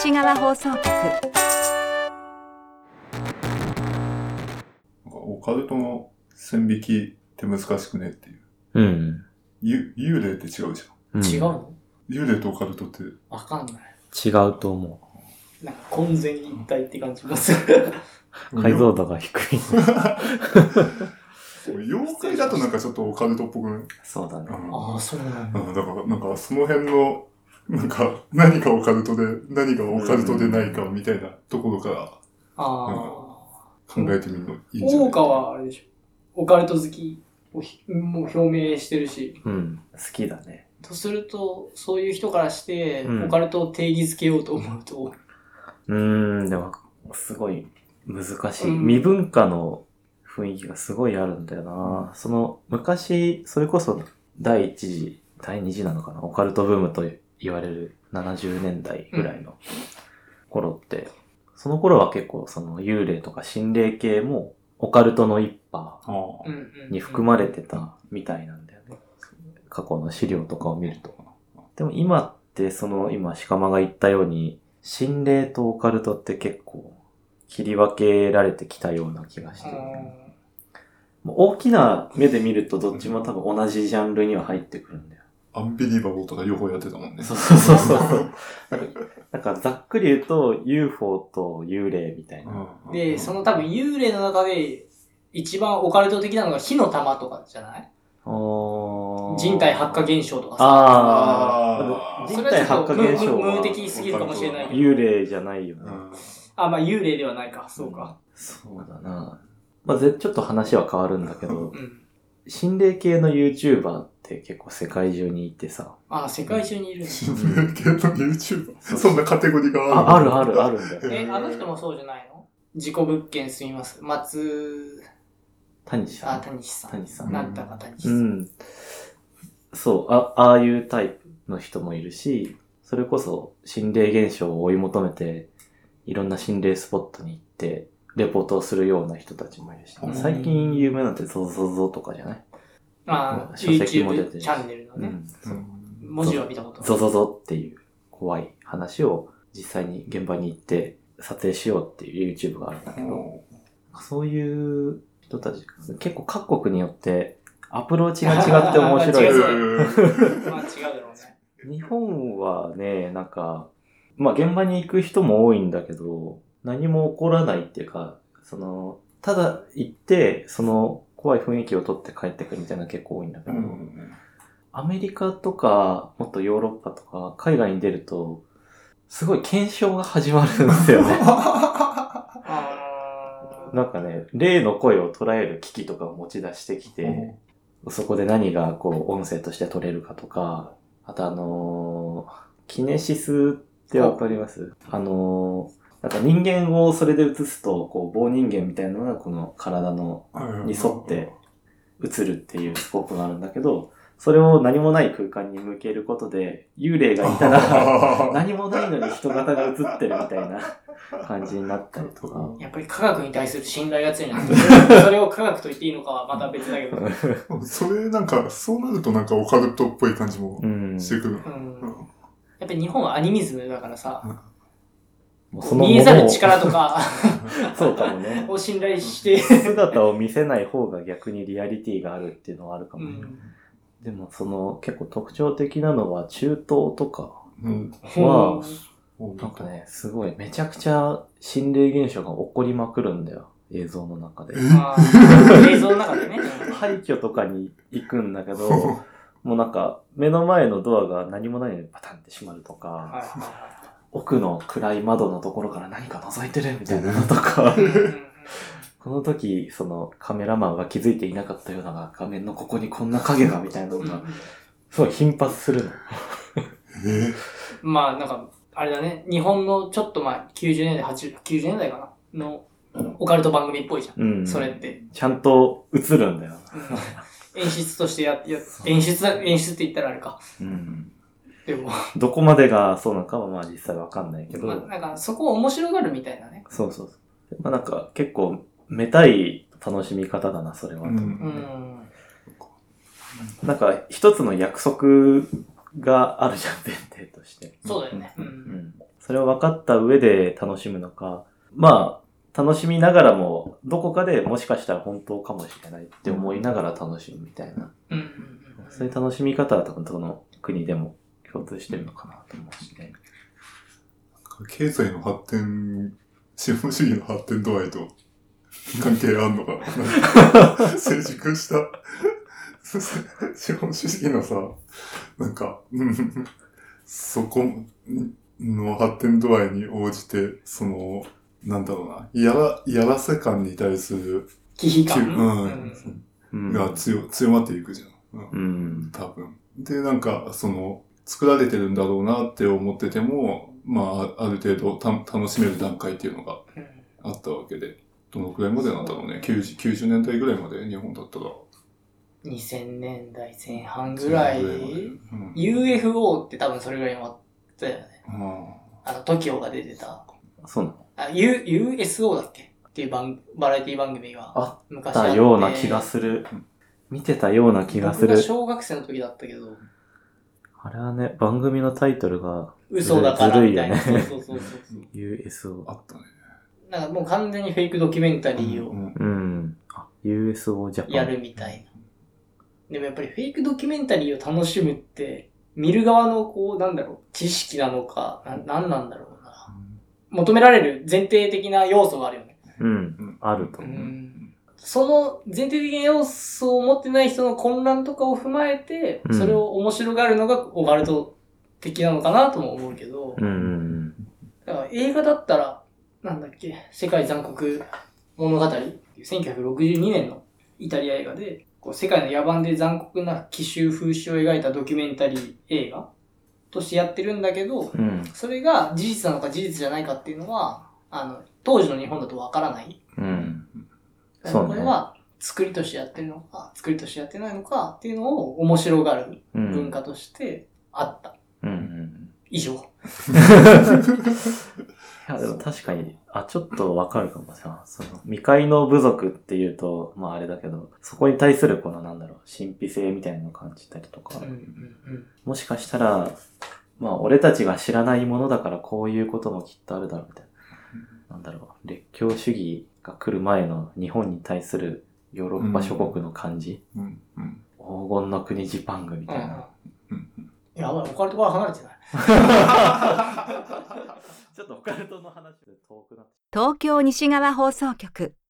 西側放送局。 オカルトの線引きって難しくねっていう。 うん。 幽霊って違うじゃん。 違うの？ 幽霊とオカルトってわかんない。 違うと思なんか混然一体って感じがする。 う。解像度が低い。 妖怪だとなんかちょっとオカルトっぽくない？ そうだね。 ああ、そうなんだ。 だからなんかその辺のなんか何がオカルトで何がオカルトでないかみたいなところから考えてみるのいいんじゃない？ 大川はあれでしょ。オカルト好きをもう表明してるし。 うん。好きだね。 とすると、そういう人からして、 うんオカルトを定義づけようと思うと。 でも、すごい難しい。 うん未文化の雰囲気がすごいあるんだよな。その、昔、それこそ第一次、第二次なのかな、オカルトブームと言われる70年代ぐらいの頃って、その頃は結構その幽霊とか心霊系もオカルトの一派に含まれてたみたいなんだよね。過去の資料とかを見ると。でも今って今鹿間が言ったように心霊とオカルトって結構切り分けられてきたような気がしてる。もう大きな目で見るとどっちも多分同じジャンルには入ってくるんだよ。 アンビリバボーとか両方やってたもんね。 そう。なんかざっくり言うと UFO と幽霊みたいな。 で、その多分幽霊の中で一番オカルト的なのが火の玉とかじゃない？人体発火現象とかさ。 人体発火現象は無的すぎるかもしれないけど。 幽霊じゃないよね。 まあ幽霊ではないか、そうか。 そうだな。まあ、ちょっと話は変わるんだけど、心霊系の YouTuber って結構世界中にいてさ。 世界中にいるんだ。 心霊系の YouTuber？ そんなカテゴリーがあるんだよ。 あの人もそうじゃないの？事故物件住みます。 谷さん。 谷さん。 ん。 なんだか谷さん。 そう、ああいうタイプの人もいるし、それこそ心霊現象を追い求めて、いろんな心霊スポットに行って、レポートをするような人たちもいるし、最近有名なんてゾゾゾとかじゃない？書籍も出てる YouTube チャンネルのね。文字は見たことない。 ゾゾゾっていう怖い話を実際に現場に行って撮影しようっていう YouTube があるんだけど、そういう人たち、結構各国によってアプローチが違って面白い。 違うだろうね。 日本はね、なんか、現場に行く人も多いんだけど、何も起こらないっていうか、ただ行って、怖い雰囲気を取って帰ってくるみたいなの結構多いんだけど、アメリカとか、もっとヨーロッパとか、海外に出ると、すごい検証が始まるんですよね。なんかね、霊の声を捉える機器とかを持ち出してきて、そこで何が音声として取れるかとか、あとキネシスってわかります？なんか人間をそれで映すと、棒人間みたいなのがこの体に沿って映るっていうスコープがあるんだけど、それを何もない空間に向けることで、幽霊がいたら何もないのに人型が映ってるみたいな感じになったりとか。 やっぱり科学に対する信頼が強いな。それを科学と言っていいのかはまた別だけど。 そうなるとなんかオカルトっぽい感じもしてくる。 やっぱり日本はアニミズムだからさ、 見えざる力とかそうかもね。 を信頼して姿を見せない方が逆にリアリティがあるっていうのはあるかもね。でも結構特徴的なのは中東とかは、なんかね、すごいめちゃくちゃ心霊現象が起こりまくるんだよ。映像の中で。 映像の中でね。 廃墟とかに行くんだけど、もうなんか目の前のドアが何もないのにパタンって閉まるとか、奥の暗い窓のところから何か覗いてるみたいなのとか、この時、カメラマンが気づいていなかったような画面のここにこんな影がみたいなのが、すごい頻発するの。 なんか、あれだね、日本のちょっと90年代、90年代かなのオカルト番組っぽいじゃん。それって。 ちゃんと映るんだよ。 演出として演出って言ったらあれか。でも。 どこまでがそうなのかは実際わかんないけど。 なんかそこを面白がるみたいなね。 そう。なんか結構、めたい楽しみ方だな、それは。なんか一つの約束があるじゃん、前提として。 そうだよね。 それを分かった上で楽しむのか、まあ、楽しみながらも、どこかでもしかしたら本当かもしれないって思いながら楽しむみたいな。そういう楽しみ方は多分どの国でも共通してるのかなと思うしね。 経済の発展、資本主義の発展度合いと関係あんのかな。成熟した資本主義のさ、なんか、そこの発展度合いに応じて、なんだろうな、やらせ感に対する危機感、 が強まっていくじゃん。多分。で、なんか、作られてるんだろうなって思ってても、まあ、ある程度楽しめる段階っていうのがあったわけで、どのくらいまでなんだろうね。90年代ぐらいまで日本だったら。 2000年代前半ぐらい、UFO って多分それぐらいに終わったよね。TOKIO が出てた。 そうなの USO だっけっていうバラエティ番組が昔あったような気がする。見てたような気がする。 僕が小学生の時だったけど。 あれはね、番組のタイトルが嘘だからみたいな。 ずるいよね。 そう。 USO。 あったね。 なんかもう完全にフェイクドキュメンタリーを、 USO ジャパン。 やるみたいな。でもやっぱりフェイクドキュメンタリーを楽しむって、見る側の知識なのか、なんなんだろうな。求められる前提的な要素があるよね。 あると思う。 その前提的な要素を持ってない人の混乱とかを踏まえて、それを面白がるのがオカルト的なのかなとも思うけど、だから映画だったら、世界残酷物語、1962年のイタリア映画で、世界の野蛮で残酷な奇襲風刺を描いたドキュメンタリー映画としてやってるんだけど、それが事実なのか事実じゃないかっていうのは、当時の日本だとわからない。これは作りとしてやってるのか、作りとしてやってないのかっていうのを面白がる文化としてあった。以上。 いや、でも確かに、ちょっとわかるかもしれない。未開の部族っていうと、まああれだけど、そこに対する神秘性みたいなのを感じたりとか、もしかしたら、まあ俺たちが知らないものだからこういうこともきっとあるだろうみたいな。列強主義が来る前の日本に対するヨーロッパ諸国の感じ、黄金の国ジパングみたいな。 やばい、オカルトから離れてない。 ちょっとオカルトの話で遠くなって。 東京西側放送局